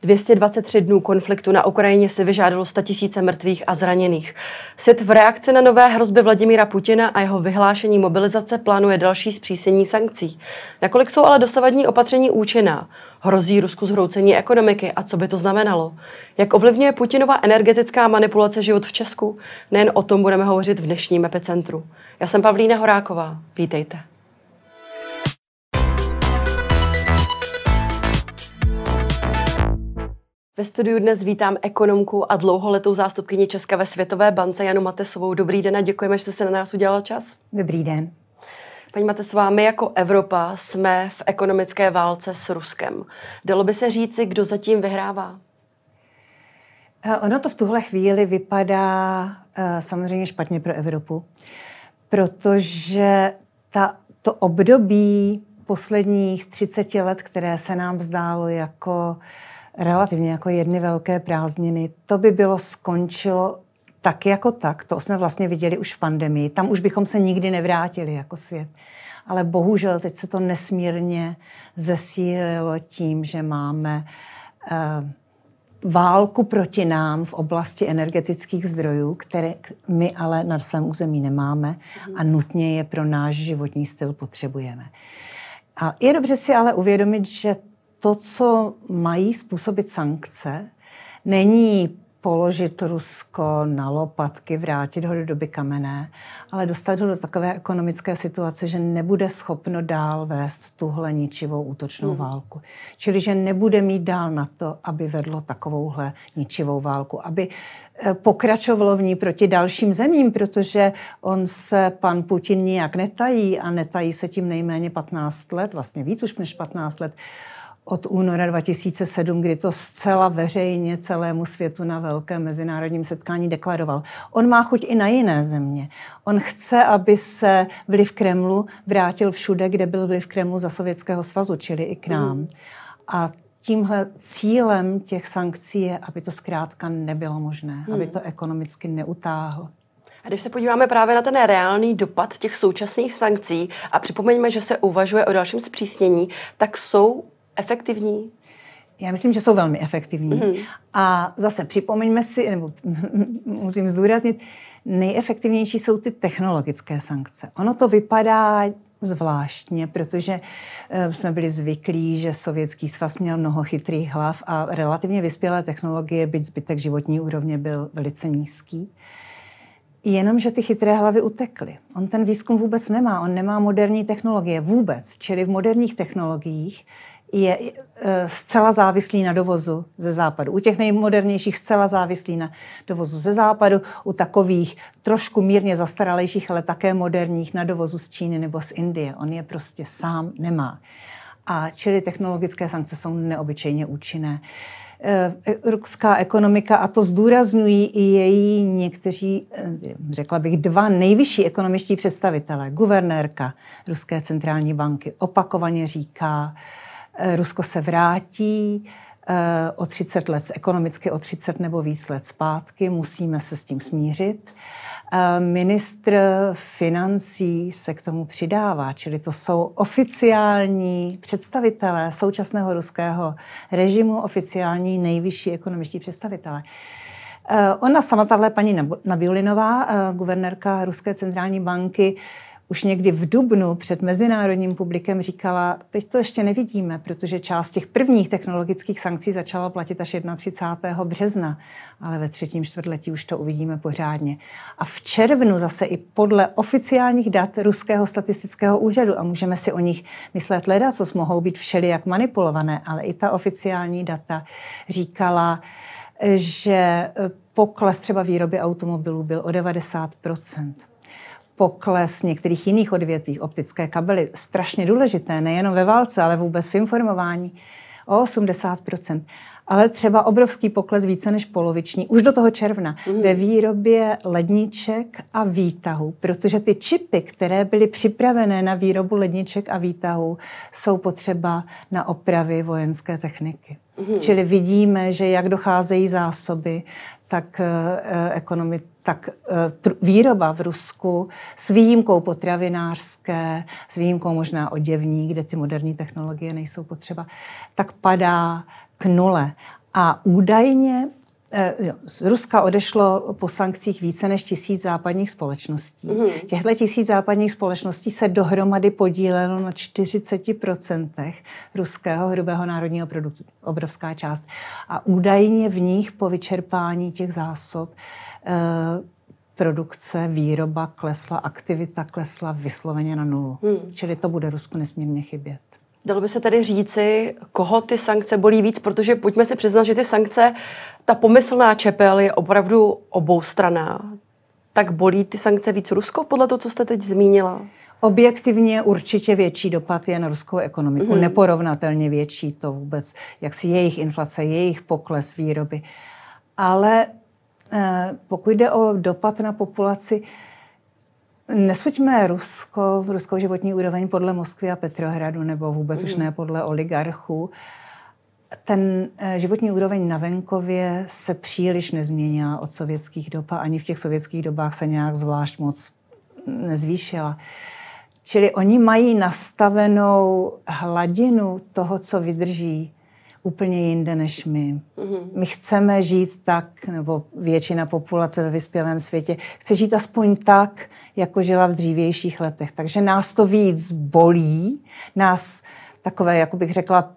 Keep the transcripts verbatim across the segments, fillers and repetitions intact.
dvě stě dvacet tři dnů konfliktu na Ukrajině si vyžádalo statisíce mrtvých a zraněných. Svět v reakci na nové hrozby Vladimíra Putina a jeho vyhlášení mobilizace plánuje další zpřísnění sankcí. Nakolik jsou ale dosavadní opatření účinná? Hrozí Rusku zhroucení ekonomiky a co by to znamenalo? Jak ovlivňuje Putinova energetická manipulace život v Česku? Nejen o tom budeme hovořit v dnešním Epicentru. Já jsem Pavlína Horáková. Vítejte. Ve studiu dnes vítám ekonomku a dlouholetou zástupkyni Česka ve Světové bance Janu Matesovou. Dobrý den a děkujeme, že jste se na nás udělala čas. Dobrý den. Paní Matesová, my jako Evropa jsme v ekonomické válce s Ruskem. Dalo by se říci, kdo zatím vyhrává? Ono to v tuhle chvíli vypadá samozřejmě špatně pro Evropu, protože ta, to období posledních třicet let, které se nám zdálo jako relativně jako jedny velké prázdniny, to by bylo skončilo tak jako tak. To jsme vlastně viděli už v pandemii. Tam už bychom se nikdy nevrátili jako svět. Ale bohužel teď se to nesmírně zesílilo tím, že máme eh, válku proti nám v oblasti energetických zdrojů, které my ale na svém území nemáme a nutně je pro náš životní styl potřebujeme. A je dobře si ale uvědomit, že to, co mají způsobit sankce, není položit Rusko na lopatky, vrátit ho do doby kamenné, ale dostat ho do takové ekonomické situace, že nebude schopno dál vést tuhle ničivou útočnou hmm. válku. Čili, že nebude mít dál na to, aby vedlo takovouhle ničivou válku, aby pokračovalo v ní proti dalším zemím, protože on se, pan Putin, nijak netají a netají se tím nejméně patnáct let, vlastně víc už než patnáct let, od února dva tisíce sedm, kdy to zcela veřejně celému světu na velkém mezinárodním setkání deklaroval. On má chuť i na jiné země. On chce, aby se vliv Kremlu vrátil všude, kde byl vliv Kremlu za Sovětského svazu, čili i k nám. Mm. A tímhle cílem těch sankcí je, aby to zkrátka nebylo možné, mm. aby to ekonomicky neutáhl. A když se podíváme právě na ten reálný dopad těch současných sankcí a připomeňme, že se uvažuje o dalším zpřísnění, tak jsou efektivní? Já myslím, že jsou velmi efektivní. Mm. A zase připomeňme si, nebo musím zdůraznit, nejefektivnější jsou ty technologické sankce. Ono to vypadá zvláštně, protože uh, jsme byli zvyklí, že Sovětský svaz měl mnoho chytrých hlav a relativně vyspělé technologie, byť zbytek životní úrovně byl velice nízký. Jenomže ty chytré hlavy utekly. On ten výzkum vůbec nemá, on nemá moderní technologie vůbec, čili v moderních technologiích je zcela závislý na dovozu ze západu. U těch nejmodernějších zcela závislý na dovozu ze západu, u takových trošku mírně zastaralejších, ale také moderních na dovozu z Číny nebo z Indie. On je prostě sám nemá. A čili technologické sankce jsou neobyčejně účinné. Ruská ekonomika, a to zdůrazňují i její někteří, řekla bych, dva nejvyšší ekonomičtí představitelé. Guvernérka Ruské centrální banky opakovaně říká, Rusko se vrátí o třicet let, ekonomicky o třicet nebo víc let zpátky, musíme se s tím smířit. Ministr financí se k tomu přidává, čili to jsou oficiální představitelé současného ruského režimu, oficiální nejvyšší ekonomičtí představitelé. Ona sama, tahle paní Nabiulinová, guvernérka Ruské centrální banky, už někdy v dubnu před mezinárodním publikem říkala, teď to ještě nevidíme, protože část těch prvních technologických sankcí začala platit až třicátého prvního března, ale ve třetím čtvrtletí už to uvidíme pořádně. A v červnu zase i podle oficiálních dat Ruského statistického úřadu, a můžeme si o nich myslet ledacos, mohou být všelijak manipulované, ale i ta oficiální data říkala, že pokles třeba výroby automobilů byl o devadesát procent. Pokles některých jiných odvětví, optické kabely, strašně důležité, nejenom ve válce, ale vůbec v informování, o osmdesát procent. Ale třeba obrovský pokles více než poloviční, už do toho června, mm. ve výrobě ledniček a výtahů, protože ty čipy, které byly připravené na výrobu ledniček a výtahů, jsou potřeba na opravy vojenské techniky. Mm. Čili vidíme, že jak docházejí zásoby, tak, eh, ekonomic, tak eh, výroba v Rusku s výjimkou potravinářské, s výjimkou možná oděvní, kde ty moderní technologie nejsou potřeba, tak padá k nule. A údajně z Ruska odešlo po sankcích více než tisíc západních společností. Mm. Těchto tisíc západních společností se dohromady podílelo na čtyřicet procent ruského hrubého národního produktu. Obrovská část. A údajně v nich po vyčerpání těch zásob eh, produkce, výroba klesla, aktivita klesla vysloveně na nulu. Mm. Čili to bude Rusku nesmírně chybět. Dalo by se tady říci, koho ty sankce bolí víc, protože pojďme si přiznat, že ty sankce, ta pomyslná čepel je opravdu oboustranná. Tak bolí ty sankce víc Rusko, podle toho, co jste teď zmínila? Objektivně určitě větší dopad je na ruskou ekonomiku. Mm. Neporovnatelně větší to vůbec, jak si jejich inflace, jejich pokles výroby. Ale eh, pokud jde o dopad na populaci, nesuďme Rusko, ruskou životní úroveň podle Moskvy a Petrohradu, nebo vůbec mm. už ne podle oligarchů. Ten životní úroveň na venkově se příliš nezměnila od sovětských dob a ani v těch sovětských dobách se nějak zvlášť moc nezvýšila. Čili oni mají nastavenou hladinu toho, co vydrží, úplně jinde než my. Mm-hmm. My chceme žít tak, nebo většina populace ve vyspělém světě chce žít aspoň tak, jako žila v dřívějších letech. Takže nás to víc bolí, nás takové, jako bych řekla,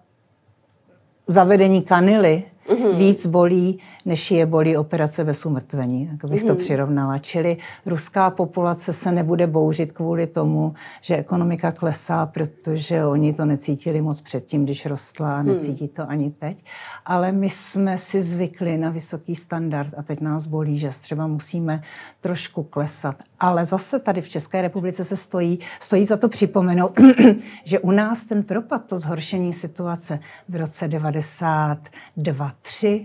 zavedení kanily mm-hmm. víc bolí, než je bolí operace bez umrtvení, tak bych mm-hmm. to přirovnala. Čili ruská populace se nebude bouřit kvůli tomu, že ekonomika klesá, protože oni to necítili moc předtím, když rostla, a necítí to ani teď. Ale my jsme si zvykli na vysoký standard a teď nás bolí, že třeba musíme trošku klesat. Ale zase tady v České republice se stojí, stojí za to připomenout, že u nás ten propad, to zhoršení situace v roce devadesát dva tři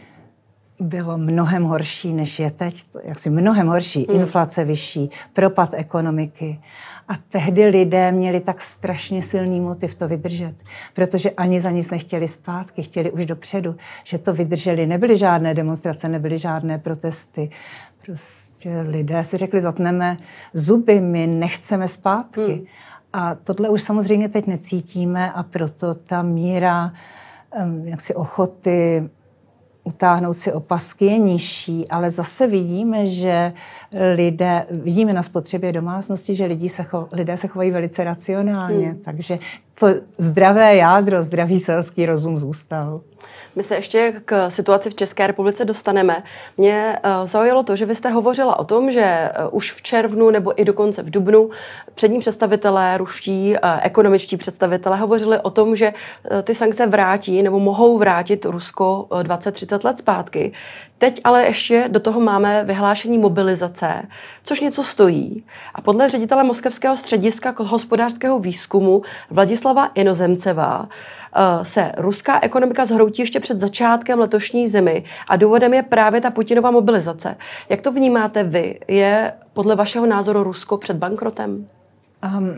bylo mnohem horší, než je teď. Jaksi mnohem horší. Hmm. Inflace vyšší, propad ekonomiky. A tehdy lidé měli tak strašně silný motiv to vydržet, protože ani za nic nechtěli zpátky, chtěli už dopředu, že to vydrželi. Nebyly žádné demonstrace, nebyly žádné protesty. Prostě lidé si řekli, zatneme zuby, my nechceme zpátky. Hmm. A tohle už samozřejmě teď necítíme a proto ta míra jaksi ochoty utáhnout si opasky je nižší, ale zase vidíme, že lidé, vidíme na spotřebě domácnosti, že lidi se cho, lidé se chovají velice racionálně, hmm. takže to zdravé jádro, zdravý selský rozum zůstal. My se ještě k situaci v České republice dostaneme. Mě zaujalo to, že vy jste hovořila o tom, že už v červnu nebo i dokonce v dubnu přední představitelé, ruští ekonomičtí představitelé hovořili o tom, že ty sankce vrátí nebo mohou vrátit Rusko dvacet třicet let zpátky. Teď ale ještě do toho máme vyhlášení mobilizace, což něco stojí. A podle ředitele Moskevského střediska hospodářského výzkumu Vladislava Inozemceva se ruská ekonomika zhroutí ještě před začátkem letošní zimy a důvodem je právě ta Putinova mobilizace. Jak to vnímáte vy? Je podle vašeho názoru Rusko před bankrotem? Um,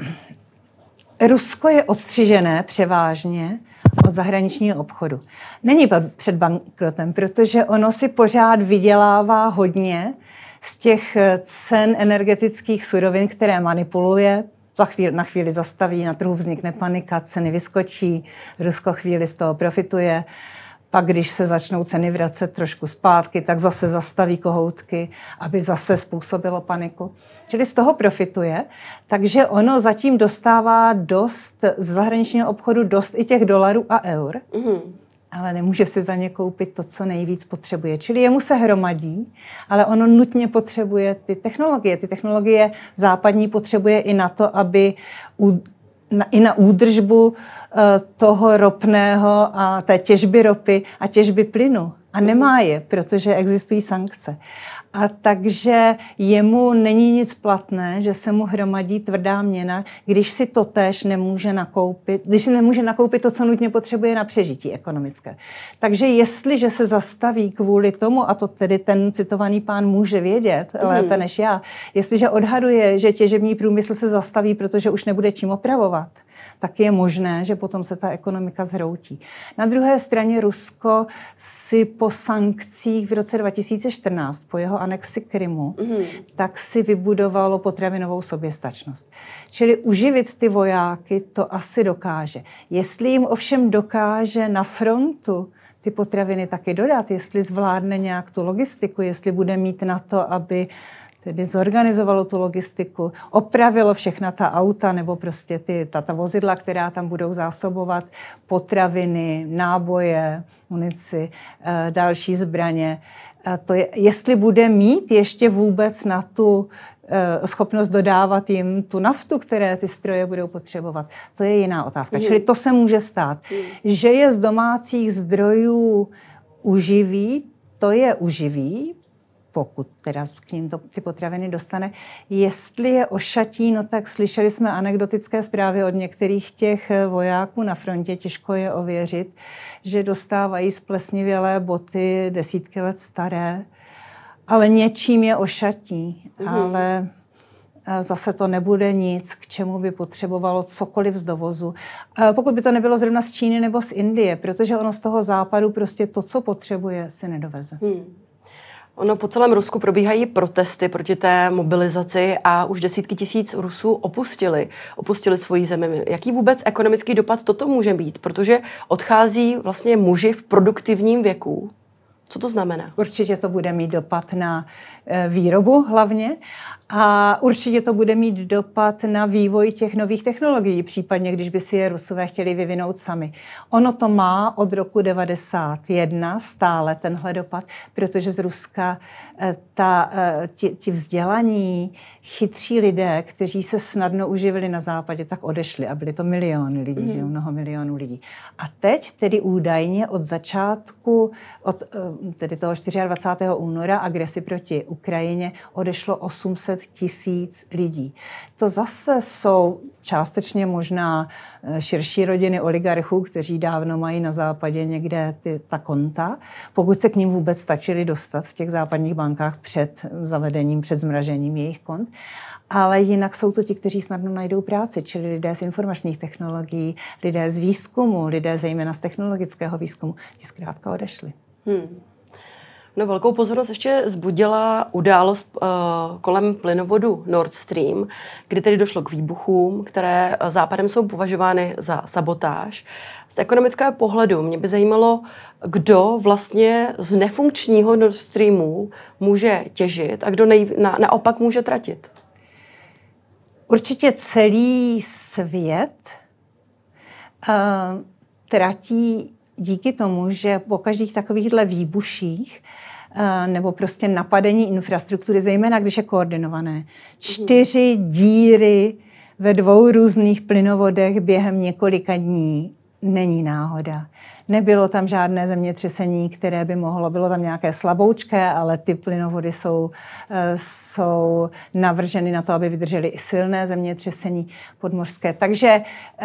Rusko je odstřižené převážně od zahraničního obchodu. Není před bankrotem, protože ono si pořád vydělává hodně z těch cen energetických surovin, které manipuluje. Za chvíli, na chvíli zastaví, na trhu vznikne panika, ceny vyskočí, Rusko chvíli z toho profituje. Pak, když se začnou ceny vracet trošku zpátky, tak zase zastaví kohoutky, aby zase způsobilo paniku. Čili z toho profituje, takže ono zatím dostává dost z zahraničního obchodu, dost i těch dolarů a eur, mm. ale nemůže si za ně koupit to, co nejvíc potřebuje. Čili jemu se hromadí, ale ono nutně potřebuje ty technologie. Ty technologie západní potřebuje i na to, aby u Na, i na údržbu uh, toho ropného a té těžby ropy a těžby plynu. A nemá je, protože existují sankce. A takže jemu není nic platné, že se mu hromadí tvrdá měna, když si totéž nemůže nakoupit, když si nemůže nakoupit to, co nutně potřebuje na přežití ekonomické. Takže jestliže se zastaví kvůli tomu, a to tedy ten citovaný pán může vědět mm. lépe než já, jestliže odhaduje, že těžební průmysl se zastaví, protože už nebude čím opravovat, tak je možné, že potom se ta ekonomika zhroutí. Na druhé straně Rusko si po sankcích v roce dva tisíce čtrnáct, po jeho anexi Krymu, mm. tak si vybudovalo potravinovou soběstačnost. Čili uživit ty vojáky to asi dokáže. Jestli jim ovšem dokáže na frontu ty potraviny taky dodat, jestli zvládne nějak tu logistiku, jestli bude mít na to, aby tedy zorganizovalo tu logistiku, opravilo všechna ta auta nebo prostě ty, ta, ta vozidla, která tam budou zásobovat potraviny, náboje, munici, e, další zbraně. E, to je, jestli bude mít ještě vůbec na tu e, schopnost dodávat jim tu naftu, které ty stroje budou potřebovat, to je jiná otázka. Mm. Čili to se může stát. Mm. Že je z domácích zdrojů uživý, to je uživý, pokud teda k ním to, ty potraviny dostane. Jestli je ošatí, no tak slyšeli jsme anekdotické zprávy od některých těch vojáků na frontě, těžko je ověřit, že dostávají splesnivělé boty desítky let staré, ale něčím je ošatí, mm. ale zase to nebude nic, k čemu by potřebovalo cokoliv z dovozu. Pokud by to nebylo zrovna z Číny nebo z Indie, protože ono z toho západu prostě to, co potřebuje, si nedoveze. Hmm. Ono po celém Rusku probíhají protesty proti té mobilizaci a už desítky tisíc Rusů opustili, opustili svoji zemi. Jaký vůbec ekonomický dopad toto může být? Protože odchází vlastně muži v produktivním věku. Co to znamená? Určitě to bude mít dopad na výrobu hlavně a určitě to bude mít dopad na vývoj těch nových technologií, případně když by si je Rusové chtěli vyvinout sami. Ono to má od roku devadesát jedna stále tenhle dopad, protože z Ruska ta, ti, ti vzdělaní, chytří lidé, kteří se snadno uživili na západě, tak odešli a byly to miliony lidí, mm. že mnoho milionů lidí. A teď tedy údajně od začátku, od tedy toho dvacátého čtvrtého února agresi proti Ukrajině odešlo osm set tisíc lidí. To zase jsou částečně možná širší rodiny oligarchů, kteří dávno mají na západě někde ty, ta konta, pokud se k ním vůbec stačili dostat v těch západních bankách před zavedením, před zmražením jejich kont. Ale jinak jsou to ti, kteří snadno najdou práci, čili lidé z informačních technologií, lidé z výzkumu, lidé zejména z technologického výzkumu, ti zkrátka odešli. Hmm. No, velkou pozornost ještě vzbudila událost uh, kolem plynovodu Nord Stream, kdy tedy došlo k výbuchům, které západem jsou považovány za sabotáž. Z ekonomického pohledu mě by zajímalo, kdo vlastně z nefunkčního Nord Streamu může těžit a kdo nej, na, naopak může tratit. Určitě celý svět uh, tratí díky tomu, že po každých takovýchhle výbuších nebo prostě napadení infrastruktury, zejména když je koordinované, čtyři díry ve dvou různých plynovodech během několika dní není náhoda. Nebylo tam žádné zemětřesení, které by mohlo, bylo tam nějaké slaboučké, ale ty plynovody jsou, jsou navrženy na to, aby vydržely i silné zemětřesení podmořské. Takže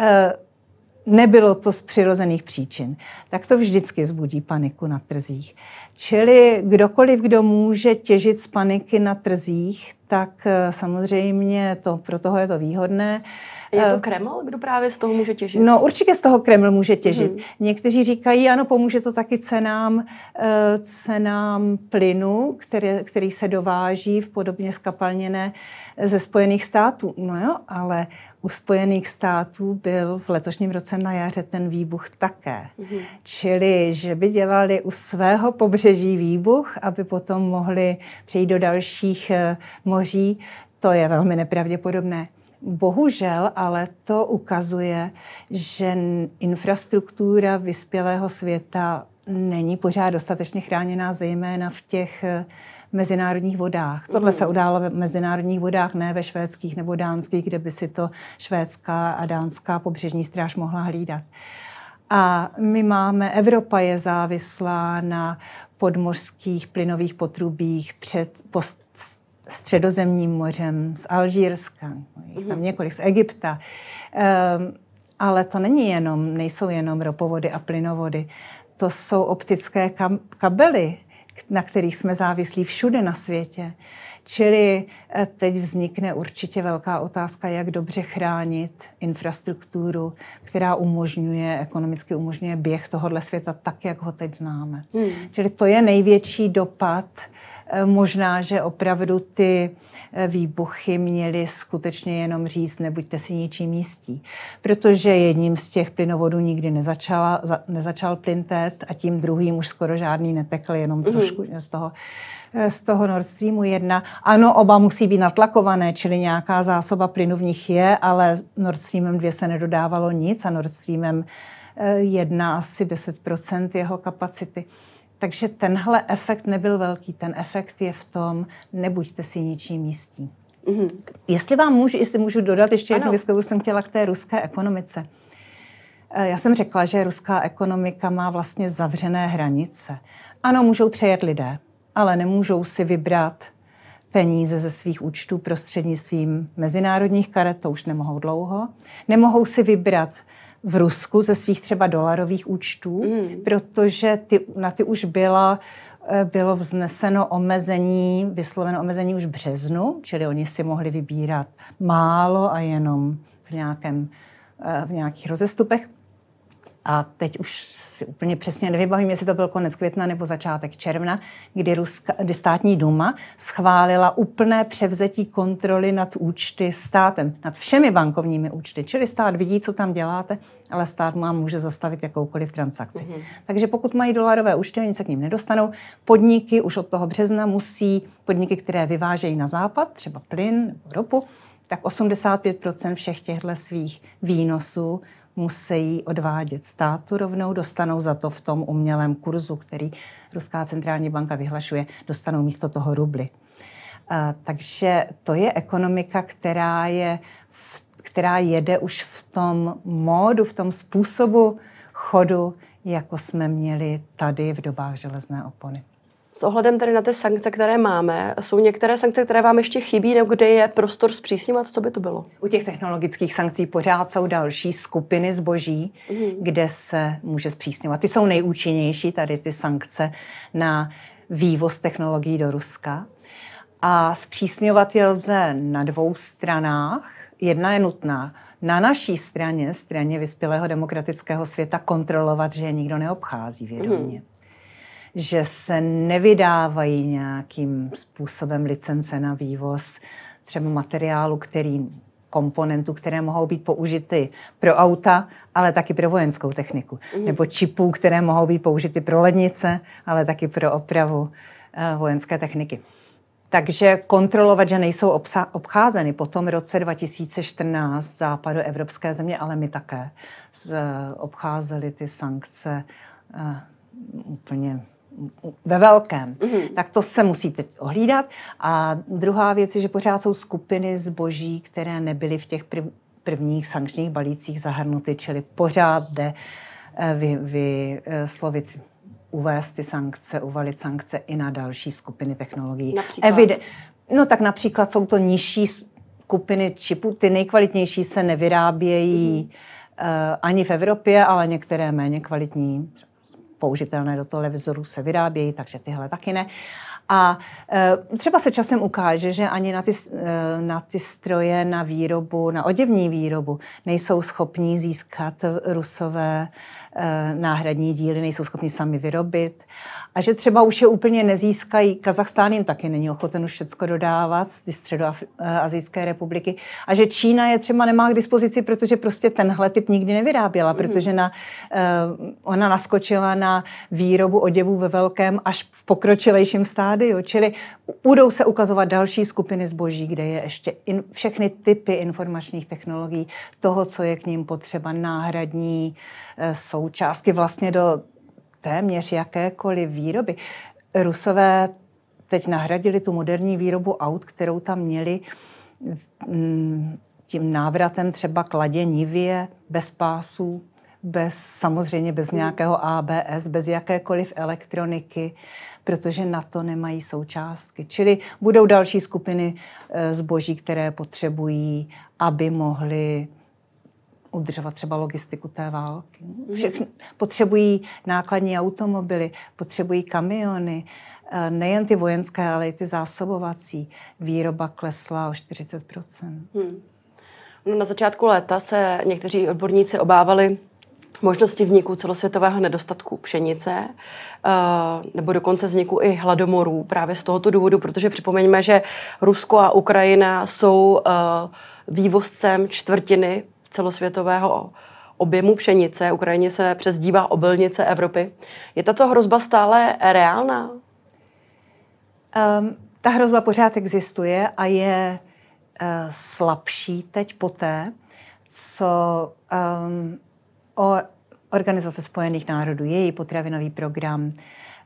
nebylo to z přirozených příčin. Tak to vždycky vzbudí paniku na trzích. Čili kdokoliv, kdo může těžit z paniky na trzích, tak samozřejmě to, pro toho je to výhodné. Je to Kreml, kdo právě z toho může těžit? No určitě z toho Kreml může těžit. Hmm. Někteří říkají, ano, pomůže to taky cenám, cenám plynu, který, který se dováží v podobně skapalněné ze Spojených států. No jo, ale u Spojených států byl v letošním roce na jaře ten výbuch také. Hmm. Čili, že by dělali u svého pobřeží výbuch, aby potom mohli přejít do dalších moří, to je velmi nepravděpodobné. Bohužel, ale to ukazuje, že infrastruktura vyspělého světa není pořád dostatečně chráněná, zejména v těch mezinárodních vodách. Tohle se událo v mezinárodních vodách, ne ve švédských nebo dánských, kde by si to švédská a dánská pobřežní stráž mohla hlídat. A my máme, Evropa je závislá na podmořských plynových potrubích před post Středozemním mořem, z Alžírska, jich tam několik, z Egypta. Um, ale to není jenom, nejsou jenom ropovody a plynovody. To jsou optické kam, kabely, na kterých jsme závislí všude na světě. Čili teď vznikne určitě velká otázka, jak dobře chránit infrastrukturu, která umožňuje, ekonomicky umožňuje běh tohohle světa tak, jak ho teď známe. Hmm. Čili to je největší dopad Možná, že opravdu ty výbuchy měly skutečně jenom říct, nebuďte si ničím jistí. Protože jedním z těch plynovodů nikdy nezačala, nezačal plyn test a tím druhým už skoro žádný netekl, jenom trošku mm. z toho, z toho Nord Streamu jedna. Ano, oba musí být natlakované, čili nějaká zásoba plynu v nich je, ale Nord Streamem dva se nedodávalo nic a Nord Streamem jedna asi deset procent jeho kapacity. Takže tenhle efekt nebyl velký. Ten efekt je v tom, nebuďte si ničím jistí. Mm-hmm. Jestli vám můžu, jestli můžu dodat ještě jednu věc, kterou jsem chtěla k té ruské ekonomice. Já jsem řekla, že ruská ekonomika má vlastně zavřené hranice. Ano, můžou přejet lidé, ale nemůžou si vybrat peníze ze svých účtů prostřednictvím mezinárodních karet, to už nemohou dlouho. Nemohou si vybrat v Rusku ze svých třeba dolarových účtů, mm. protože ty, na ty už byla, bylo vzneseno omezení, vysloveno omezení už v březnu, čili oni si mohli vybírat málo a jenom v, nějakém, v nějakých rozestupech. A teď už si úplně přesně nevybavím, jestli to byl konec května nebo začátek června, kdy, Ruska, kdy státní duma schválila úplné převzetí kontroly nad účty státem, nad všemi bankovními účty. Čili stát vidí, co tam děláte, ale stát vám může zastavit jakoukoliv transakci. Mm-hmm. Takže pokud mají dolarové účty, oni se k ním nedostanou. Podniky už od toho března musí, podniky, které vyvážejí na západ, třeba plyn nebo ropu, tak osmdesát pět procent všech těchto svých výnosů musí odvádět státu rovnou, dostanou za to v tom umělém kurzu, který Ruská centrální banka vyhlašuje, dostanou místo toho rubly. A, takže to je ekonomika, která, je v, která jede už v tom módu, v tom způsobu chodu, jako jsme měli tady v dobách železné opony. S ohledem tady na ty sankce, které máme, jsou některé sankce, které vám ještě chybí, nebo kde je prostor zpřísňovat, co by to bylo? U těch technologických sankcí pořád jsou další skupiny zboží, mm. kde se může zpřísňovat. Ty jsou nejúčinnější, tady ty sankce na vývoz technologií do Ruska. A zpřísňovat je lze na dvou stranách. Jedna je nutná. Na naší straně, straně vyspělého demokratického světa, kontrolovat, že je nikdo neobchází vědomě. Mm. Že se nevydávají nějakým způsobem licence na vývoz třeba materiálu, který, komponentů, které mohou být použity pro auta, ale taky pro vojenskou techniku. Mm. Nebo čipů, které mohou být použity pro lednice, ale taky pro opravu uh, vojenské techniky. Takže kontrolovat, že nejsou obsa- obcházeny. Po tom roce dva tisíce čtrnáct západoevropské země, ale my také, z, uh, obcházely ty sankce uh, úplně ve velkém. Mm-hmm. Tak to se musí teď ohlídat. A druhá věc je, že pořád jsou skupiny zboží, které nebyly v těch prv, prvních sankčních balících zahrnuty, čili pořád jde vy, vyslovit, uvést ty sankce, uvalit sankce i na další skupiny technologií. Evide- no tak například jsou to nižší skupiny čipů, ty nejkvalitnější se nevyrábějí mm-hmm. uh, ani v Evropě, ale některé méně kvalitní, použitelné do televizoru se vyrábějí, takže tyhle taky ne. A e, třeba se časem ukáže, že ani na ty, e, na ty stroje na výrobu, na oděvní výrobu nejsou schopní získat Rusové e, náhradní díly, nejsou schopni sami vyrobit. A že třeba už je úplně nezískají, Kazachstán jim taky není ochoten už všecko dodávat, ty středoasijské republiky. A že Čína je třeba nemá k dispozici, protože prostě tenhle typ nikdy nevyráběla, mm. protože na, e, ona naskočila na výrobu oděvů ve velkém až v pokročilejším stádiu. Čili budou se ukazovat další skupiny zboží, kde je ještě in, všechny typy informačních technologií, toho, co je k ním potřeba, náhradní e, součástky vlastně do téměř jakékoliv výroby. Rusové teď nahradili tu moderní výrobu aut, kterou tam měli tím návratem třeba k ladě Nivě, bez pásů, bez, samozřejmě bez nějakého A B S, bez jakékoliv elektroniky, protože na to nemají součástky. Čili budou další skupiny zboží, které potřebují, aby mohly udržovat třeba logistiku té války. Všechny potřebují nákladní automobily, potřebují kamiony, nejen ty vojenské, ale i ty zásobovací. Výroba klesla o čtyřicet procent. Hmm. No, na začátku léta se někteří odborníci obávali možnosti vzniku celosvětového nedostatku pšenice nebo dokonce vzniku i hladomorů právě z tohoto důvodu, protože připomeňme, že Rusko a Ukrajina jsou vývozcem čtvrtiny celosvětového objemu pšenice. Ukrajině se přezdívá obilnice Evropy. Je tato hrozba stále reálná? Um, ta hrozba pořád existuje a je uh, slabší teď poté, co um, o Organizace spojených národů, její potravinový program, um,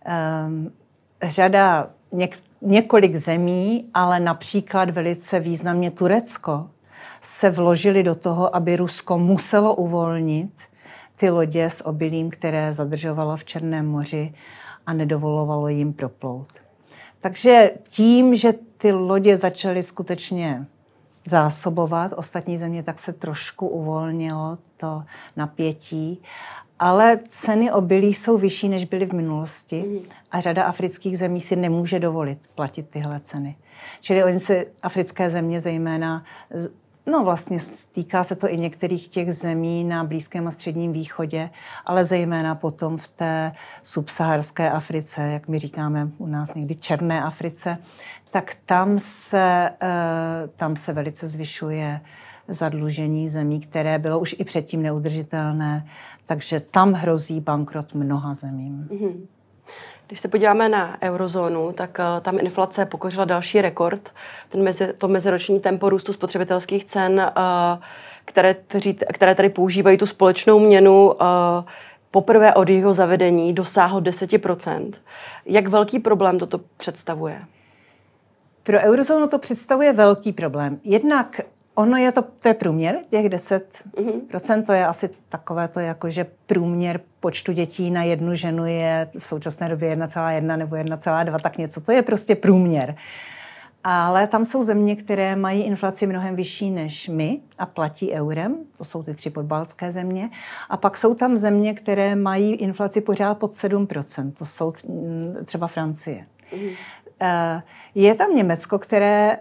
řada, něk, několik zemí, ale například velice významně Turecko, se vložili do toho, aby Rusko muselo uvolnit ty lodě s obilím, které zadržovalo v Černém moři a nedovolovalo jim proplout. Takže tím, že ty lodě začaly skutečně zásobovat ostatní země, tak se trošku uvolnilo to napětí. Ale ceny obilí jsou vyšší, než byly v minulosti a řada afrických zemí si nemůže dovolit platit tyhle ceny. Čili oni se, africké země zejména, no vlastně týká se to i některých těch zemí na Blízkém a Středním východě, ale zejména potom v té subsaharské Africe, jak my říkáme u nás někdy Černé Africe, tak tam se, tam se velice zvyšuje zadlužení zemí, které bylo už i předtím neudržitelné, takže tam hrozí bankrot mnoha zemím. Mm-hmm. Když se podíváme na eurozónu, tak uh, tam inflace pokořila další rekord. Ten mezi, to meziroční tempo růstu spotřebitelských cen, uh, které, tří, které tady používají tu společnou měnu, uh, poprvé od jeho zavedení dosáhlo deset procent. Jak velký problém toto představuje? Pro eurozónu to představuje velký problém. Jednak ono je to, to je průměr, těch deset procent, mm-hmm. to je asi takové to, jako že průměr počtu dětí na jednu ženu je v současné době jedna celá jedna nebo jedna celá dva, tak něco. To je prostě průměr. Ale tam jsou země, které mají inflaci mnohem vyšší než my a platí eurem. To jsou ty tři podbaltské země. A pak jsou tam země, které mají inflaci pořád pod sedm procent. To jsou třeba Francie. Mm-hmm. Je tam Německo, které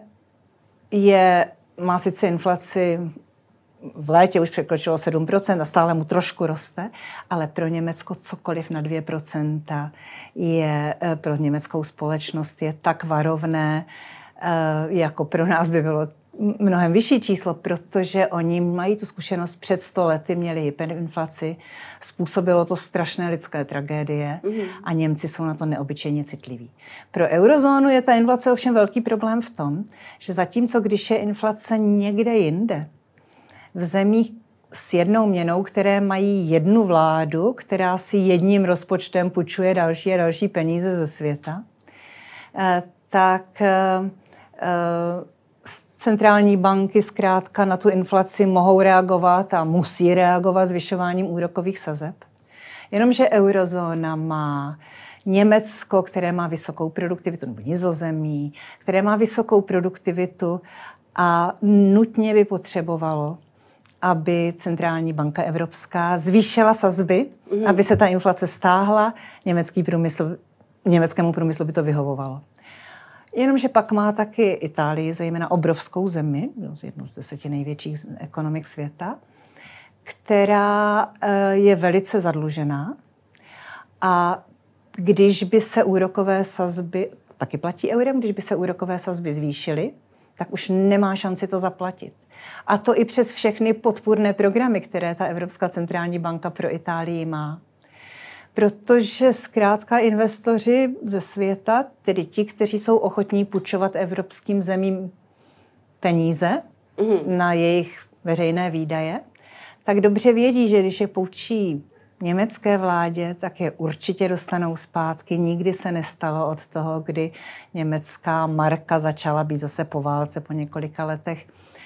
je má sice inflaci v létě už překročilo sedm procent a stále mu trošku roste, ale pro Německo cokoliv na dvě procenta je pro německou společnost je tak varovné, jako pro nás by bylo mnohem vyšší číslo, protože oni mají tu zkušenost, před sto lety měli hyperinflaci, způsobilo to strašné lidské tragédie mm-hmm. a Němci jsou na to neobyčejně citliví. Pro eurozónu je ta inflace ovšem velký problém v tom, že zatímco když je inflace někde jinde, v zemích s jednou měnou, které mají jednu vládu, která si jedním rozpočtem půjčuje další a další peníze ze světa, tak centrální banky zkrátka na tu inflaci mohou reagovat a musí reagovat zvyšováním úrokových sazeb. Jenomže eurozóna má Německo, které má vysokou produktivitu, nebo Nizozemí, které má vysokou produktivitu a nutně by potřebovalo, aby centrální banka evropská zvýšila sazby, mm. aby se ta inflace stáhla, německý průmysl, německému průmyslu by to vyhovovalo. Jenomže pak má taky Itálii, zejména obrovskou zemi, jednu z deseti největších ekonomik světa, která je velice zadlužená. A když by se úrokové sazby, taky platí eurem, když by se úrokové sazby zvýšily, tak už nemá šanci to zaplatit. A to i přes všechny podpůrné programy, které ta Evropská centrální banka pro Itálii má. Protože zkrátka investoři ze světa, tedy ti, kteří jsou ochotní půjčovat evropským zemím peníze mm. na jejich veřejné výdaje, tak dobře vědí, že když je půjčí německé vládě, tak je určitě dostanou zpátky. Nikdy se nestalo od toho, kdy německá marka začala být zase po válce po několika letech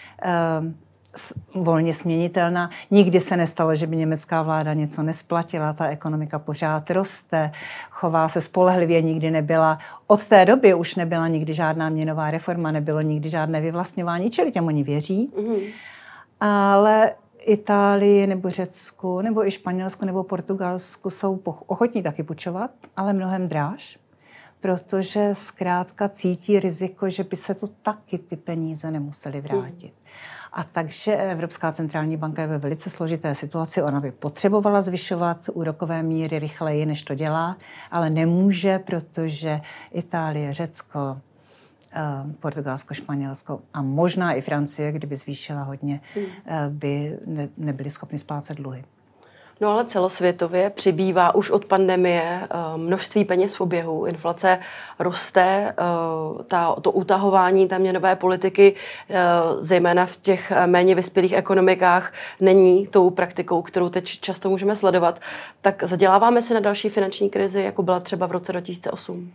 volně směnitelná. Nikdy se nestalo, že by německá vláda něco nesplatila, ta ekonomika pořád roste, chová se spolehlivě, nikdy nebyla, od té doby už nebyla nikdy žádná měnová reforma, nebylo nikdy žádné vyvlastňování, čili těm oni věří. Mm-hmm. Ale Itálii nebo Řecku, nebo i Španělsku nebo Portugalsku jsou ochotní taky půjčovat, ale mnohem dráž, protože zkrátka cítí riziko, že by se to taky ty peníze nemusely vrátit. Mm. A takže Evropská centrální banka je ve velice složité situaci. Ona by potřebovala zvyšovat úrokové míry rychleji, než to dělá, ale nemůže, protože Itálie, Řecko, Portugalsko, Španělsko a možná i Francie, kdyby zvýšila hodně, mm. by ne, nebyly schopny splácet dluhy. No ale celosvětově přibývá už od pandemie množství peněz v oběhu, inflace roste, ta, to utahování té měnové politiky, zejména v těch méně vyspělých ekonomikách, není tou praktikou, kterou teď často můžeme sledovat. Tak zaděláváme se na další finanční krizi, jako byla třeba v roce dva tisíce osm?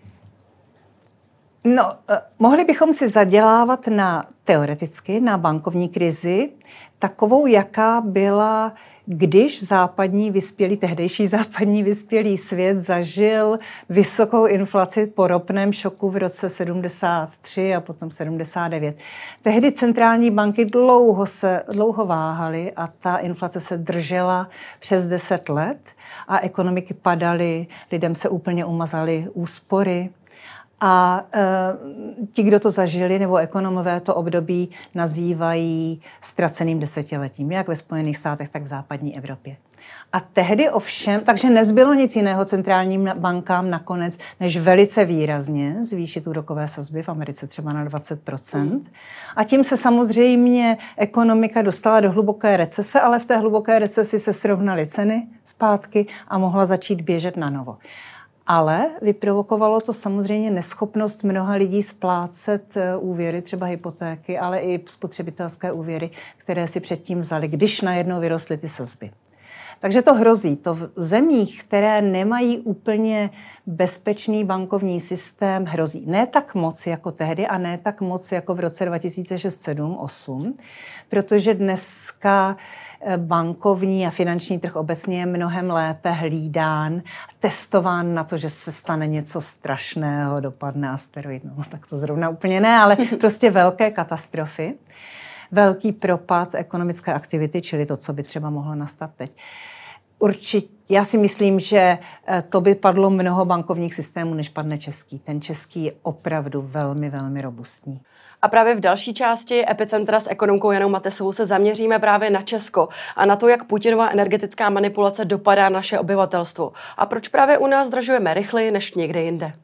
No, mohli bychom si zadělávat na teoreticky na bankovní krizi, takovou, jaká byla, když západní vyspělý, tehdejší západní vyspělý svět zažil vysokou inflaci po ropném šoku v roce sedmdesát tři a potom sedmdesát devět. Tehdy centrální banky dlouho, se, dlouho váhaly a ta inflace se držela přes deset let a ekonomiky padaly, lidem se úplně umazaly úspory. A e, ti, kdo to zažili, nebo ekonomové to období nazývají ztraceným desetiletím, jak ve Spojených státech, tak v západní Evropě. A tehdy ovšem, takže nezbylo nic jiného centrálním bankám nakonec, než velice výrazně zvýšit úrokové sazby v Americe třeba na dvacet procent. A tím se samozřejmě ekonomika dostala do hluboké recese, ale v té hluboké recesi se srovnaly ceny zpátky a mohla začít běžet na novo. Ale vyprovokovalo to samozřejmě neschopnost mnoha lidí splácet úvěry, třeba hypotéky, ale i spotřebitelské úvěry, které si předtím vzali, když najednou vyrostly ty sazby. Takže to hrozí. To v zemích, které nemají úplně bezpečný bankovní systém, hrozí. Ne tak moc jako tehdy a ne tak moc jako v roce dva tisíce šest, sedm, osm, protože dneska bankovní a finanční trh obecně je mnohem lépe hlídán, testován na to, že se stane něco strašného, dopadne asteroid. No, tak to zrovna úplně ne, ale prostě velké katastrofy, velký propad ekonomické aktivity, čili to, co by třeba mohlo nastat teď. Určitě, já si myslím, že to by padlo mnoho bankovních systémů, než padne český. Ten český je opravdu velmi, velmi robustní. A právě v další části Epicentra s ekonomkou Janou Matesovou se zaměříme právě na Česko a na to, jak Putinova energetická manipulace dopadá naše obyvatelstvo. A proč právě u nás zdražujeme rychleji než někde jinde.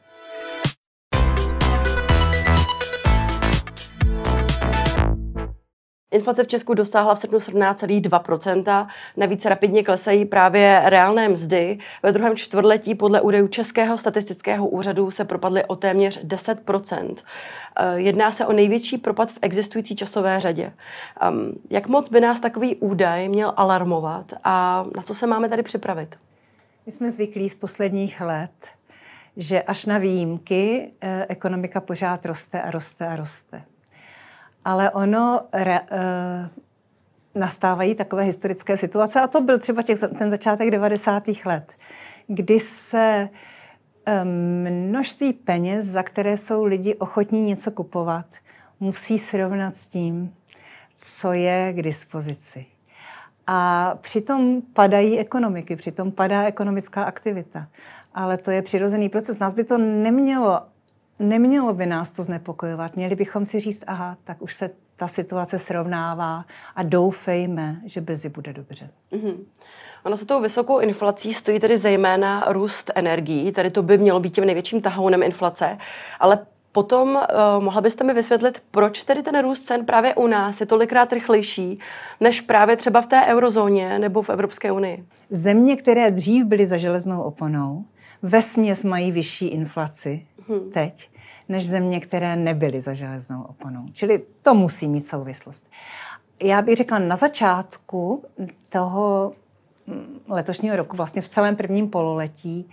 Inflace v Česku dosáhla v srpnu sedmnáct celá dva procenta, navíc rapidně klesají právě reálné mzdy. Ve druhém čtvrtletí podle údajů Českého statistického úřadu se propadly o téměř deset procent. Jedná se o největší propad v existující časové řadě. Jak moc by nás takový údaj měl alarmovat a na co se máme tady připravit? My jsme zvyklí z posledních let, že až na výjimky ekonomika pořád roste a roste a roste. Ale ono re, e, nastávají takové historické situace, a to byl třeba těch, ten začátek devadesátých let, kdy se e, množství peněz, za které jsou lidi ochotní něco kupovat, musí srovnat s tím, co je k dispozici. A přitom padají ekonomiky, přitom padá ekonomická aktivita. Ale to je přirozený proces. Nás by to nemělo Nemělo by nás to znepokojovat. Měli bychom si říct, aha, tak už se ta situace srovnává a doufejme, že brzy bude dobře. Mm-hmm. Ono se tou vysokou inflací stojí tedy zejména růst energií, tedy to by mělo být tím největším tahounem inflace, ale potom uh, mohla byste mi vysvětlit, proč tedy ten růst cen právě u nás je tolikrát rychlejší, než právě třeba v té eurozóně nebo v Evropské unii? Země, které dřív byly za železnou oponou, vesměs mají vyšší inflaci hmm. teď, než země, které nebyly za železnou oponou. Čili to musí mít souvislost. Já bych řekla, na začátku toho letošního roku, vlastně v celém prvním pololetí,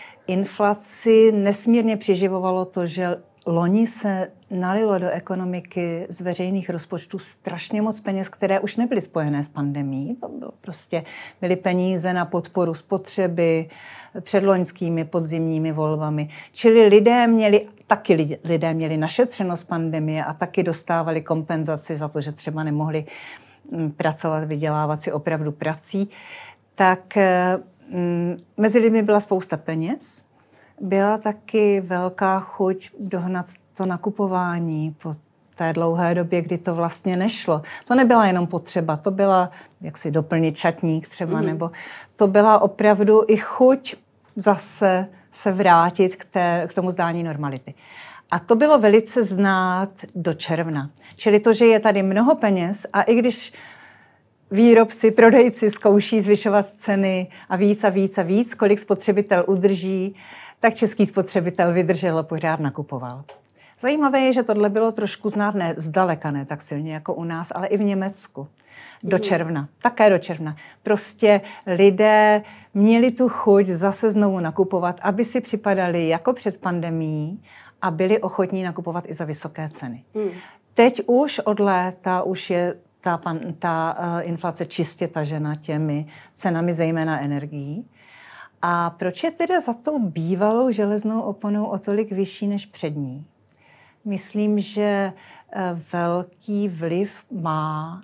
inflaci nesmírně přiživovalo to, že loni se nalilo do ekonomiky z veřejných rozpočtů strašně moc peněz, které už nebyly spojené s pandemií. To bylo prostě, byly peníze na podporu spotřeby před loňskými podzimními volbami. Čili lidé měli, taky lidé měli našetřeno z pandemie a taky dostávali kompenzaci za to, že třeba nemohli pracovat, vydělávat si opravdu prací. Tak mezi lidmi byla spousta peněz. byla taky velká chuť dohnat to nakupování po té dlouhé době, kdy to vlastně nešlo. To nebyla jenom potřeba, to byla, jak si doplnit šatník třeba, mm. nebo to byla opravdu i chuť zase se vrátit k, té, k tomu zdání normality. A to bylo velice znát do června. Čili to, že je tady mnoho peněz a i když výrobci, prodejci zkouší zvyšovat ceny a víc a víc a víc, kolik spotřebitel udrží, tak český spotřebitel vydržel a pořád nakupoval. Zajímavé je, že tohle bylo trošku znát, ne zdaleka, ne tak silně jako u nás, ale i v Německu. Do června, také do června. Prostě lidé měli tu chuť zase znovu nakupovat, aby si připadali jako před pandemií a byli ochotní nakupovat i za vysoké ceny. Hmm. Teď už od léta už je ta, pan, ta uh, inflace čistě tažena těmi cenami, zejména energií. A proč je teda za tou bývalou železnou oponou o tolik vyšší než před ní? Myslím, že uh, velký vliv má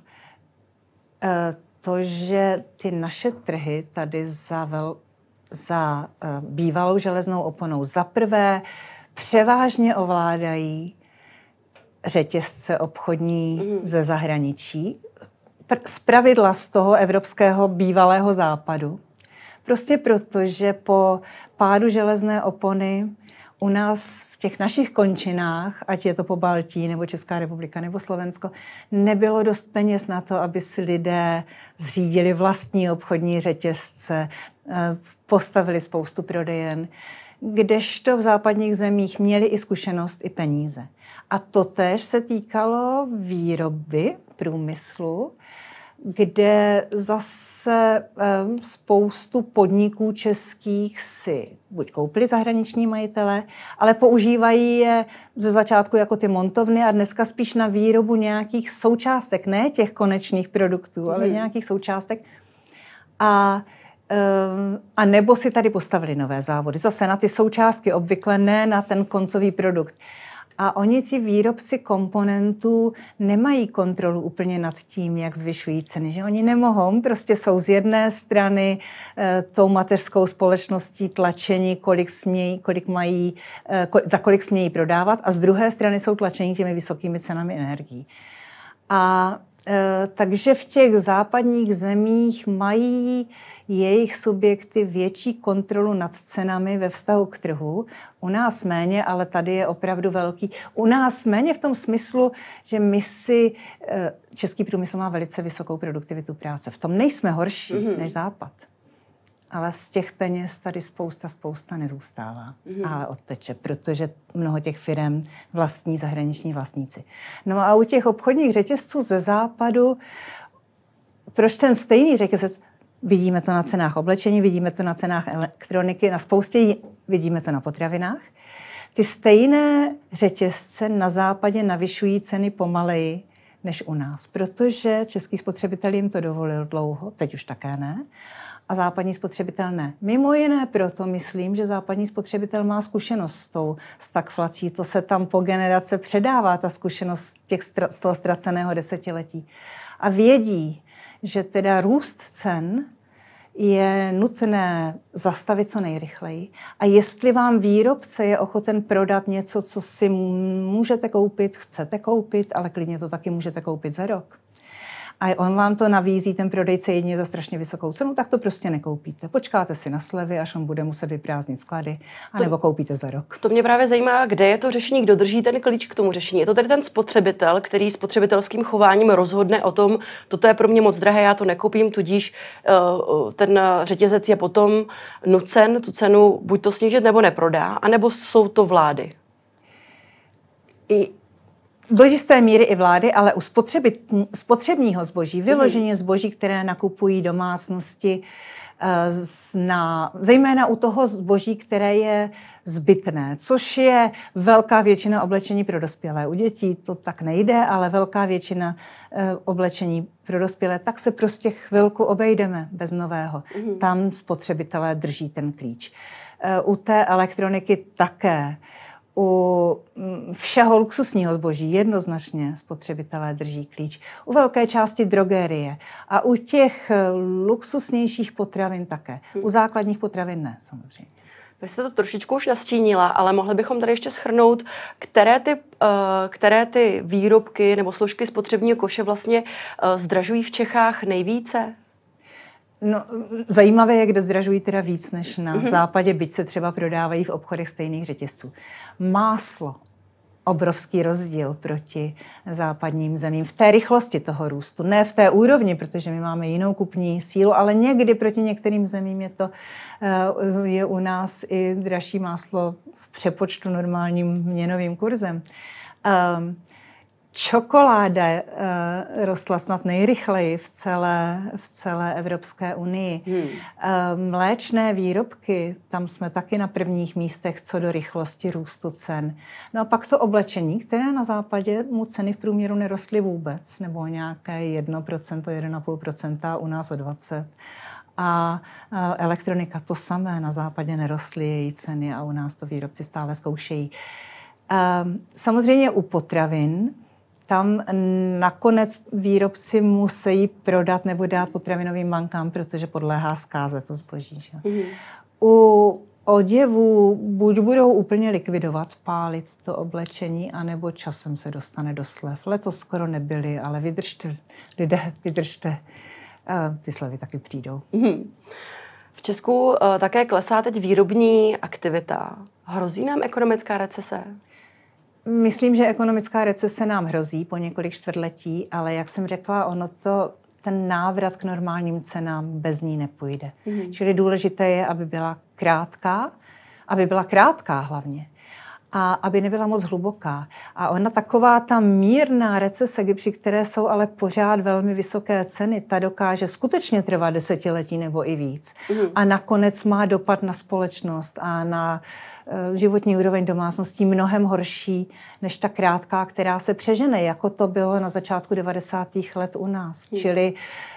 uh, to, že ty naše trhy tady za, vel, za uh, bývalou železnou oponou za prvé převážně ovládají řetězce obchodní mm. ze zahraničí, zpravidla z toho evropského bývalého západu. Prostě proto, že po pádu železné opony u nás v těch našich končinách, ať je to Pobaltí, nebo Česká republika, nebo Slovensko, nebylo dost peněz na to, aby si lidé zřídili vlastní obchodní řetězce, postavili spoustu prodejen, kdežto v západních zemích měli i zkušenost, i peníze. A totéž se týkalo výroby, průmyslu, kde zase um, spoustu podniků českých si buď koupili zahraniční majitele, ale používají je ze začátku jako ty montovny a dneska spíš na výrobu nějakých součástek, ne těch konečných produktů, hmm. ale nějakých součástek. A A nebo si tady postavili nové závody. Zase na ty součástky, obvykle ne na ten koncový produkt. A oni, ti výrobci komponentů, nemají kontrolu úplně nad tím, jak zvyšují ceny. Že oni nemohou, prostě jsou z jedné strany e, tou mateřskou společností tlačení, kolik smějí, kolik mají, e, ko, za kolik smějí prodávat, a z druhé strany jsou tlačení těmi vysokými cenami energií. A e, takže v těch západních zemích mají jejich subjekty větší kontrolu nad cenami ve vztahu k trhu. U nás méně, ale tady je opravdu velký. U nás méně v tom smyslu, že my si, e, český průmysl má velice vysokou produktivitu práce. V tom nejsme horší mm-hmm. než Západ. Ale z těch peněz tady spousta, spousta nezůstává. Mm-hmm. Ale odteče, protože mnoho těch firem vlastní zahraniční vlastníci. No a u těch obchodních řetězců ze západu, proč ten stejný řetězec, vidíme to na cenách oblečení, vidíme to na cenách elektroniky, na spoustě, vidíme to na potravinách. Ty stejné řetězce na západě navyšují ceny pomaleji než u nás, protože český spotřebitel jim to dovolil dlouho, teď už také ne, a západní spotřebitel ne. Mimo jiné proto myslím, že západní spotřebitel má zkušenost s tou stagflací. To se tam po generace předává, ta zkušenost těch, z toho ztraceného desetiletí. A vědí, že teda růst cen je nutné zastavit co nejrychleji. A jestli vám výrobce je ochoten prodat něco, co si můžete koupit, chcete koupit, ale klidně to taky můžete koupit za rok, a on vám to navízí, ten prodejce, jedině za strašně vysokou cenu, tak to prostě nekoupíte. Počkáte si na slevy, až on bude muset vyprázdnit sklady, anebo koupíte za rok. To mě právě zajímá, kde je to řešení, kdo drží ten klíč k tomu řešení. Je to tedy ten spotřebitel, který spotřebitelským chováním rozhodne o tom, toto je pro mě moc drahé, já to nekoupím, tudíž uh, ten řetězec je potom nucen tu cenu buď to snížit, nebo neprodá, anebo jsou to vlády? I do jisté míry i vlády, ale u spotřebního zboží, vyloženě zboží, které nakupují domácnosti, na, zejména u toho zboží, které je zbytné, což je velká většina oblečení pro dospělé. U dětí to tak nejde, ale velká většina oblečení pro dospělé, tak se prostě chvilku obejdeme bez nového. Mm. Tam spotřebitelé drží ten klíč. U té elektroniky také. U všeho luxusního zboží jednoznačně spotřebitelé drží klíč. U velké části drogerie a u těch luxusnějších potravin také. U základních potravin ne, samozřejmě. Vy jste to trošičku už nastínila, ale mohli bychom tady ještě shrnout, které ty, které ty výrobky nebo složky spotřebního koše vlastně zdražují v Čechách nejvíce? No, zajímavé je, kde zdražují teda víc než na mm-hmm. západě, byť se třeba prodávají v obchodech stejných řetězců. Máslo. Obrovský rozdíl proti západním zemím v té rychlosti toho růstu. Ne v té úrovni, protože my máme jinou kupní sílu, ale někdy proti některým zemím je to je u nás i dražší máslo v přepočtu normálním měnovým kurzem. Um, Čokoláda uh, rostla snad nejrychleji v celé, v celé Evropské unii. Hmm. Uh, mléčné výrobky, tam jsme taky na prvních místech co do rychlosti růstu cen. No a pak to oblečení, které na západě mu ceny v průměru nerostly vůbec, nebo nějaké jedno procento, jedna celá pět procenta, u nás o dvacet procent. A uh, elektronika to samé, na západě nerostly její ceny a u nás to výrobci stále zkoušejí. Uh, samozřejmě u potravin tam nakonec výrobci musí prodat nebo dát potravinovým bankám, protože podléhá zkáze to zboží. Mm. U oděvů buď budou úplně likvidovat, pálit to oblečení, anebo časem se dostane do slev. Letos skoro nebyly, ale vydržte, lidé, vydržte. Ty slevy taky přijdou. Mm. V Česku uh, také klesá teď výrobní aktivita. Hrozí nám ekonomická recese? Myslím, že ekonomická recese nám hrozí po několik čtvrtletí, ale jak jsem řekla, ono to, ten návrat k normálním cenám bez ní nepůjde. Mm-hmm. Čili důležité je, aby byla krátká, aby byla krátká hlavně a aby nebyla moc hluboká. A ona taková ta mírná recese, při které jsou ale pořád velmi vysoké ceny, ta dokáže skutečně trvat desetiletí nebo i víc. Mm-hmm. A nakonec má dopad na společnost a na životní úroveň domácností mnohem horší než ta krátká, která se přežene, jako to bylo na začátku devadesátých let u nás. Mm. Čili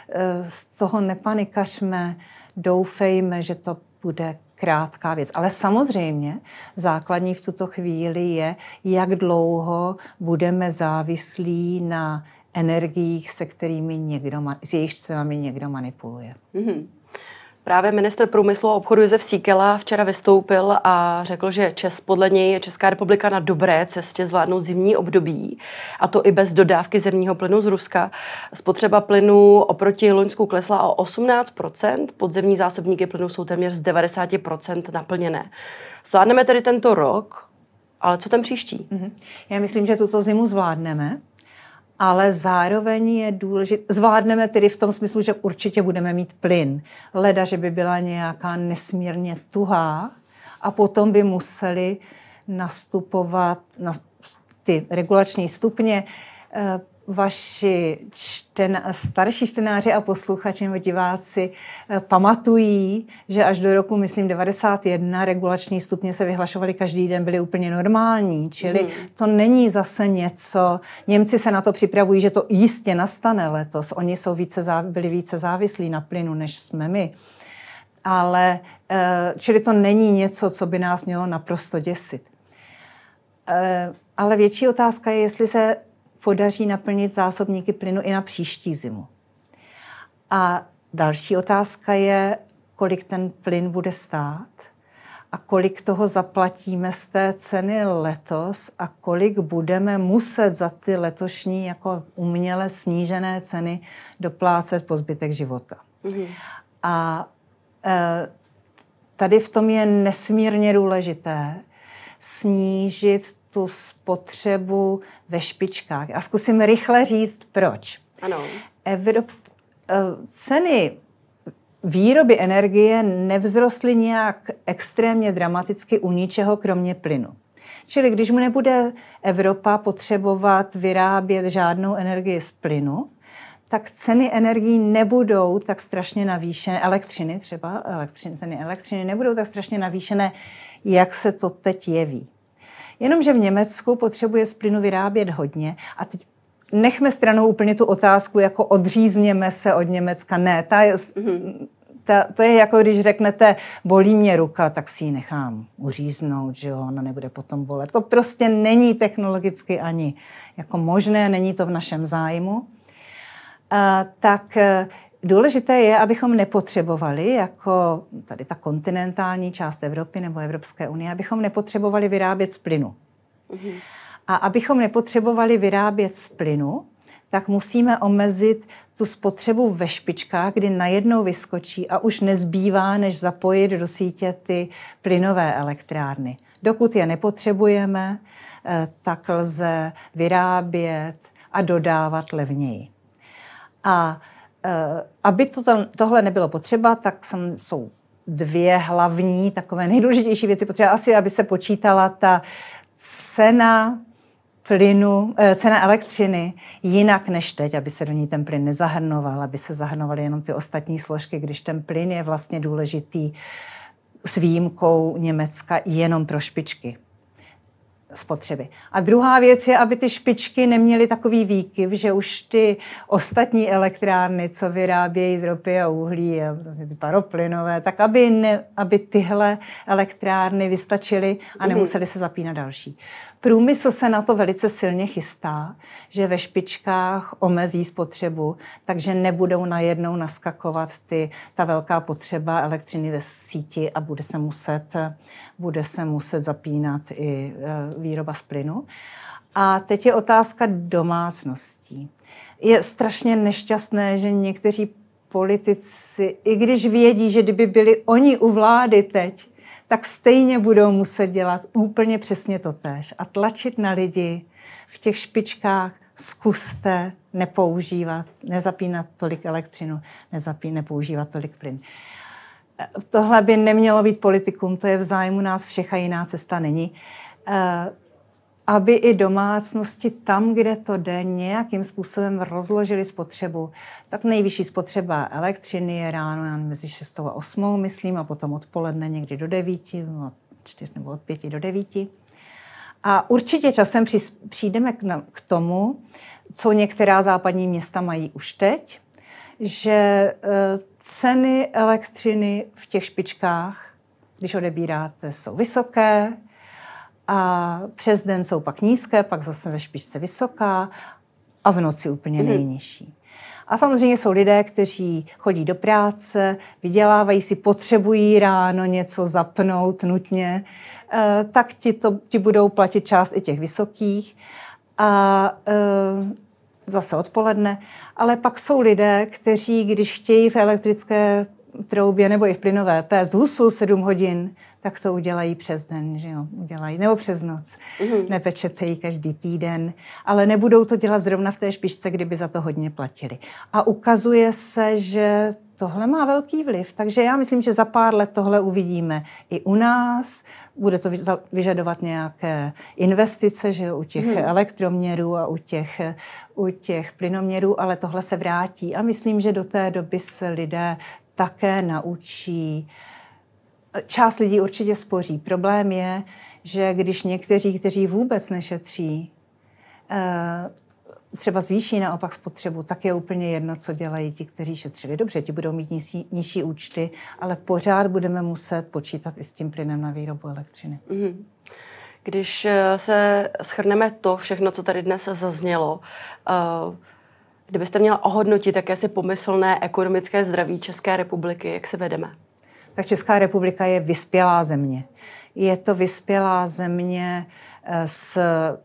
z toho nepanikařme, doufejme, že to bude krátká věc. Ale samozřejmě základní v tuto chvíli je, jak dlouho budeme závislí na energiích, se kterými někdo, s jejich cenami někdo manipuluje. Mm-hmm. Právě ministr průmyslu a obchodu Jozef Síkela včera vystoupil a řekl, že Čes, podle něj je Česká republika na dobré cestě zvládnout zimní období, a to i bez dodávky zemního plynu z Ruska. Spotřeba plynu oproti loňsku klesla o osmnáct procent, podzemní zásobníky plynu jsou téměř z devadesát procent naplněné. Zvládneme tedy tento rok, ale co ten příští? Mm-hmm. Já myslím, že tuto zimu zvládneme. Ale zároveň je důležité, zvládneme tedy v tom smyslu, že určitě budeme mít plyn. Leda, že by byla nějaká nesmírně tuhá a potom by museli nastupovat na ty regulační stupně. Vaši čten, starší čtenáři a posluchači nebo diváci pamatují, že až do roku, myslím, devadesát jedna regulační stupně se vyhlašovaly každý den, byly úplně normální. Čili mm. to není zase něco, Němci se na to připravují, že to jistě nastane letos. Oni jsou více, byli více závislí na plynu, než jsme my. Ale, čili to není něco, co by nás mělo naprosto děsit. Ale větší otázka je, jestli se podaří naplnit zásobníky plynu i na příští zimu. A další otázka je, kolik ten plyn bude stát a kolik toho zaplatíme z té ceny letos a kolik budeme muset za ty letošní jako uměle snížené ceny doplácet po zbytek života. Mm-hmm. A e, tady v tom je nesmírně důležité snížit tu spotřebu ve špičkách. A zkusím rychle říct, proč. Ano. Evrop... Ceny výroby energie nevzrostly nějak extrémně dramaticky u ničeho, kromě plynu. Čili když mu nebude Evropa potřebovat vyrábět žádnou energii z plynu, tak ceny energií nebudou tak strašně navýšené, elektřiny třeba, elektřiny, ceny elektřiny nebudou tak strašně navýšené, jak se to teď jeví. Jenomže v Německu potřebuje z plynu vyrábět hodně a teď nechme stranou úplně tu otázku, jako odřízněme se od Německa. Ne, ta je, mm-hmm. ta, to je jako když řeknete, bolí mě ruka, tak si ji nechám uříznout, že jo, ona nebude potom bolet. To prostě není technologicky ani jako možné, není to v našem zájmu. A, tak důležité je, abychom nepotřebovali, jako tady ta kontinentální část Evropy nebo Evropské unie, abychom nepotřebovali vyrábět z plynu. Mm-hmm. A abychom nepotřebovali vyrábět z plynu, tak musíme omezit tu spotřebu ve špičkách, kdy najednou vyskočí a už nezbývá, než zapojit do sítě ty plynové elektrárny. Dokud je nepotřebujeme, tak lze vyrábět a dodávat levněji. A aby to, tohle nebylo potřeba, tak jsou dvě hlavní, takové nejdůležitější věci potřeba. Asi, aby se počítala ta cena plynu, cena elektřiny jinak než teď, aby se do ní ten plyn nezahrnoval, aby se zahrnovaly jenom ty ostatní složky, když ten plyn je vlastně důležitý s výjimkou Německa jenom pro špičky spotřeby. A druhá věc je, aby ty špičky neměly takový výkyv, že už ty ostatní elektrárny, co vyrábějí z ropy a uhlí a vlastně ty paroplynové, tak aby, ne, aby tyhle elektrárny vystačily a nemuseli se zapínat další. Průmysl se na to velice silně chystá, že ve špičkách omezí spotřebu, takže nebudou najednou naskakovat ty, ta velká potřeba elektřiny ve síti a bude se muset, bude se muset zapínat i výroba z plynu. A teď je otázka domácností. Je strašně nešťastné, že někteří politici, i když vědí, že kdyby byli oni u vlády teď, tak stejně budou muset dělat úplně přesně totéž a tlačit na lidi v těch špičkách, zkuste nepoužívat, nezapínat tolik elektřinu, nezapínat, nepoužívat tolik plyn. Tohle by nemělo být politikum, to je v zájmu nás všech a jiná cesta není. Aby i domácnosti tam, kde to jde, nějakým způsobem rozložili spotřebu. Tak nejvyšší spotřeba elektřiny je ráno mezi šestou a osmou, myslím, a potom odpoledne někdy do devíti, od čtyř nebo od pěti do devíti. A určitě časem přijdeme k tomu, co některá západní města mají už teď, že ceny elektřiny v těch špičkách, když odebíráte, jsou vysoké, a přes den jsou pak nízké, pak zase ve špičce vysoká a v noci úplně nejnižší. A samozřejmě jsou lidé, kteří chodí do práce, vydělávají si, potřebují ráno něco zapnout nutně, tak ti, to, ti budou platit část i těch vysokých a zase odpoledne. Ale pak jsou lidé, kteří, když chtějí v elektrické troubě nebo i v plynové péct husu sedm hodin, tak to udělají přes den, že jo, udělají, nebo přes noc. Mm-hmm. Nepečete ji každý týden, ale nebudou to dělat zrovna v té špičce, kdyby za to hodně platili. A ukazuje se, že tohle má velký vliv, takže já myslím, že za pár let tohle uvidíme i u nás. Bude to vyžadovat nějaké investice, že jo, u těch mm. elektroměrů a u těch, u těch plynoměrů, ale tohle se vrátí. A myslím, že do té doby se lidé také naučí. Část lidí určitě spoří. Problém je, že když někteří, kteří vůbec nešetří, třeba zvýší naopak spotřebu, tak je úplně jedno, co dělají ti, kteří šetřili. Dobře, ti budou mít nižší, nižší účty, ale pořád budeme muset počítat i s tím plynem na výrobu elektřiny. Když se shrneme to všechno, co tady dnes zaznělo, kdybyste měla ohodnotit jakési pomyslné ekonomické zdraví České republiky, jak se vedeme? Tak Česká republika je vyspělá země. Je to vyspělá země s,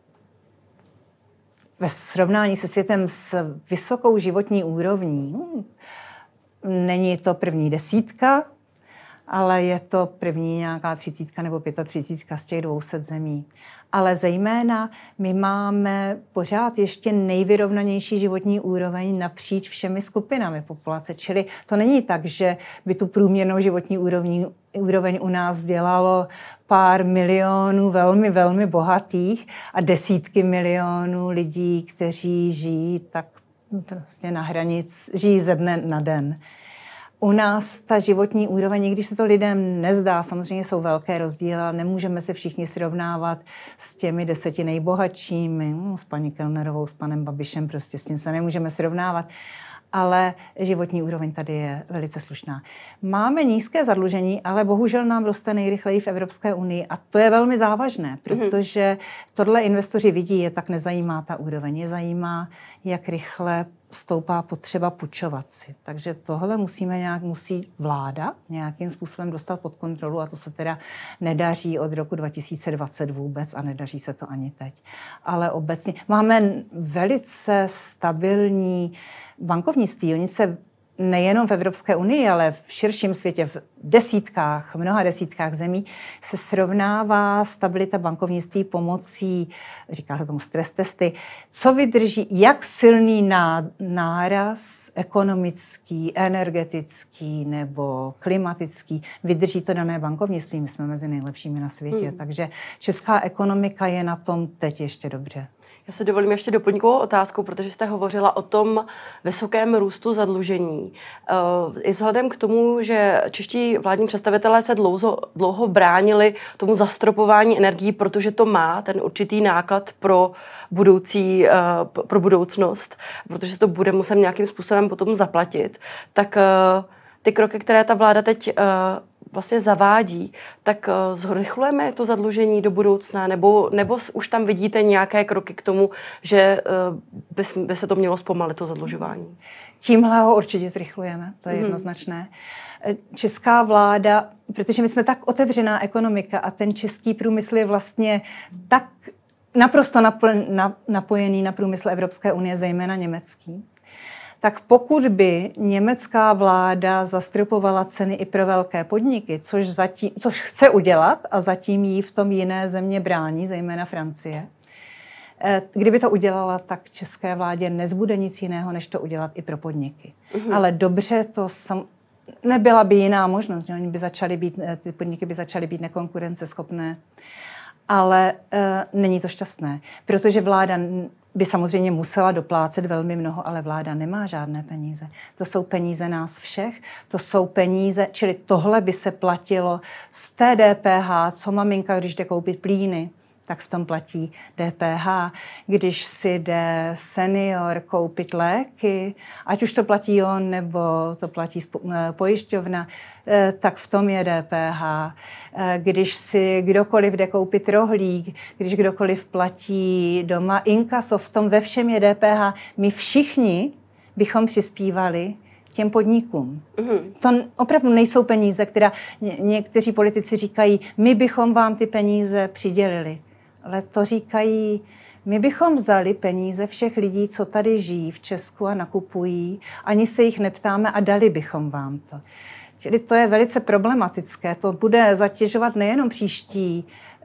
ve srovnání se světem s vysokou životní úrovní. Není to první desítka, ale je to první nějaká třicítka nebo pětatřicítka z těch dvou set zemí. Ale zejména my máme pořád ještě nejvyrovnanější životní úroveň napříč všemi skupinami populace. Čili to není tak, že by tu průměrnou životní úroveň, úroveň u nás dělalo pár milionů velmi, velmi bohatých a desítky milionů lidí, kteří žijí tak prostě na hranic, žijí ze dne na den. U nás ta životní úroveň, i když se to lidem nezdá, samozřejmě jsou velké rozdíly, ale nemůžeme se všichni srovnávat s těmi deseti nejbohatšími, s paní Kellnerovou, s panem Babišem, prostě s tím se nemůžeme srovnávat. ale životní úroveň tady je velice slušná. Máme nízké zadlužení, ale bohužel nám roste nejrychleji v Evropské unii a to je velmi závažné, protože tohle investoři vidí, je tak nezajímá ta úroveň, je zajímá, jak rychle stoupá potřeba půjčovat si. Takže tohle musíme nějak, musí vláda nějakým způsobem dostat pod kontrolu a to se teda nedaří od roku dva tisíce dvacet vůbec a nedaří se to ani teď. Ale obecně máme velice stabilní bankovnictví. Oni se nejenom v Evropské unii, ale v širším světě, v desítkách, mnoha desítkách zemí se srovnává stabilita bankovnictví pomocí, říká se tomu stres testy, co vydrží, jak silný náraz ekonomický, energetický nebo klimatický vydrží to dané bankovnictví. My jsme mezi nejlepšími na světě, hmm. takže česká ekonomika je na tom teď ještě dobře. Já se dovolím ještě doplňkovou otázku, protože jste hovořila o tom vysokém růstu zadlužení. I vzhledem k tomu, že čeští vládní představitelé se dlouho, dlouho bránili tomu zastropování energií, protože to má ten určitý náklad pro budoucí, pro budoucnost, protože se to bude muset nějakým způsobem potom zaplatit, tak ty kroky, které ta vláda teď vlastně zavádí, tak zrychlujeme to zadlužení do budoucna, nebo, nebo už tam vidíte nějaké kroky k tomu, že by, by se to mělo zpomalit, to zadlužování? Tímhle ho určitě zrychlujeme, to je hmm. jednoznačné. Česká vláda, protože my jsme tak otevřená ekonomika a ten český průmysl je vlastně tak naprosto napl- na, napojený na průmysl Evropské unie, zejména německý, tak pokud by německá vláda zastropovala ceny i pro velké podniky, což, zatím, což chce udělat a zatím jí v tom jiné země brání, zejména Francie, kdyby to udělala, tak české vládě nezbude nic jiného, než to udělat i pro podniky. Mhm. Ale dobře, to sam, nebyla by jiná možnost, že oni by začaly být, ty podniky by začaly být nekonkurenceschopné. Ale e, není to šťastné, protože vláda by samozřejmě musela doplácet velmi mnoho, ale vláda nemá žádné peníze. To jsou peníze nás všech, to jsou peníze, čili tohle by se platilo z té D P H, co maminka, když jde koupit plíny, tak v tom platí D P H. Když si jde senior koupit léky, ať už to platí on, nebo to platí pojišťovna, tak v tom je D P H. Když si kdokoliv jde koupit rohlík, když kdokoliv platí doma inkaso, v tom ve všem je D P H. My všichni bychom přispívali těm podnikům. Mm-hmm. To opravdu nejsou peníze, které ně, někteří politici říkají, my bychom vám ty peníze přidělili. Ale to říkají, my bychom vzali peníze všech lidí, co tady žijí v Česku a nakupují, ani se jich neptáme a dali bychom vám to. Čili to je velice problematické. To bude zatěžovat nejenom příští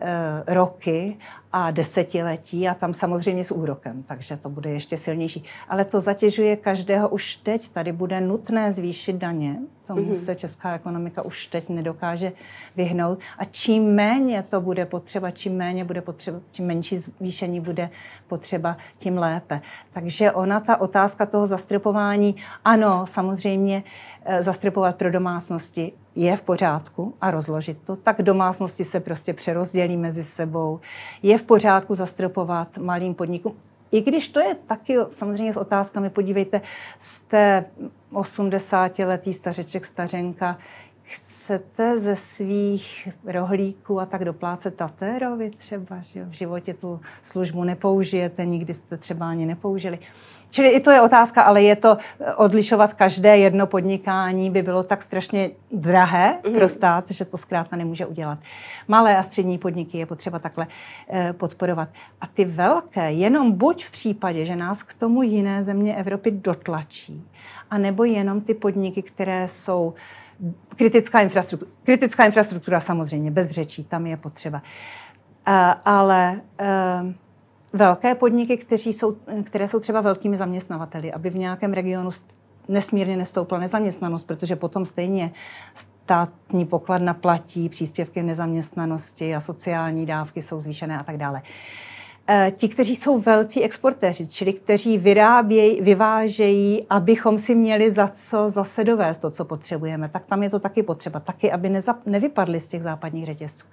e, roky a desetiletí a tam samozřejmě s úrokem, takže to bude ještě silnější. Ale to zatěžuje každého už teď. Tady bude nutné zvýšit daně. Tomu mm-hmm. se česká ekonomika už teď nedokáže vyhnout. A čím méně to bude potřeba, čím méně bude potřeba, čím menší zvýšení bude potřeba, tím lépe. Takže ona, ta otázka toho zastropování, ano, samozřejmě zastropovat pro domácnosti je v pořádku a rozložit to, tak domácnosti se prostě přerozdělí mezi sebou. Je v pořádku zastropovat malým podnikům. I když to je taky samozřejmě s otázkami, podívejte, jste osmdesátiletý stařeček, stařenka, chcete ze svých rohlíků a tak doplácet tatérovi třeba, že v životě tu službu nepoužijete, nikdy jste třeba ani nepoužili. Čili i to je otázka, ale je to odlišovat každé jedno podnikání by bylo tak strašně drahé mm. pro stát, že to zkrátka nemůže udělat. Malé a střední podniky je potřeba takhle eh, podporovat. A ty velké, jenom buď v případě, že nás k tomu jiné země Evropy dotlačí, anebo jenom ty podniky, které jsou kritická infrastruktura. Kritická infrastruktura samozřejmě, bez řečí, tam je potřeba. Uh, ale uh, velké podniky, kteří jsou, které jsou třeba velkými zaměstnavateli, aby v nějakém regionu nesmírně nestoupla nezaměstnanost, protože potom stejně státní pokladna platí příspěvky v nezaměstnanosti a sociální dávky jsou zvýšené a tak dále. Ti, kteří jsou velcí exportéři, čili kteří vyrábějí, vyvážejí, abychom si měli za co zase dovést to, co potřebujeme, tak tam je to taky potřeba, taky, aby neza, nevypadli z těch západních řetězců.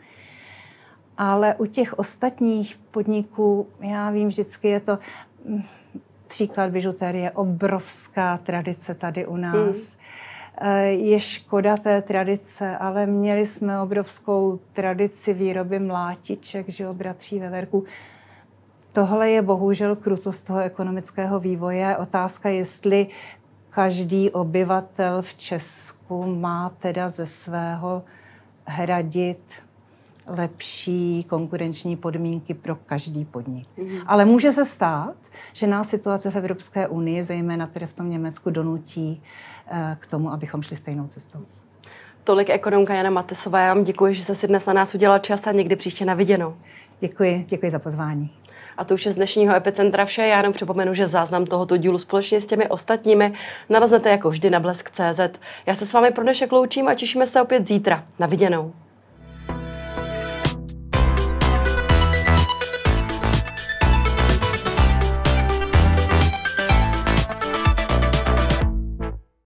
Ale u těch ostatních podniků, já vím, vždycky je to příklad bižuterie, obrovská tradice tady u nás. Hmm. Je škoda té tradice, ale měli jsme obrovskou tradici výroby mlátiček, že jo, bratří Veverků. Tohle je bohužel krutost toho ekonomického vývoje. Otázka, jestli každý obyvatel v Česku má teda ze svého hradit lepší konkurenční podmínky pro každý podnik. Mm. Ale může se stát, že nás situace v Evropské unii, zejména tedy v tom Německu, donutí eh, k tomu, abychom šli stejnou cestou. Tolik ekonomka Jana Matesová. Já vám děkuji, že jste si dnes na nás udělala čas a někdy příště na viděnou. Děkuji, děkuji za pozvání. A to už je z dnešního Epicentra vše. Já jenom připomenu, že záznam tohoto dílu společně s těmi ostatními naleznete jako vždy na blesk tečka cé zet. Já se s vámi pro dnešek loučím a těšíme se opět zítra. Na viděnou.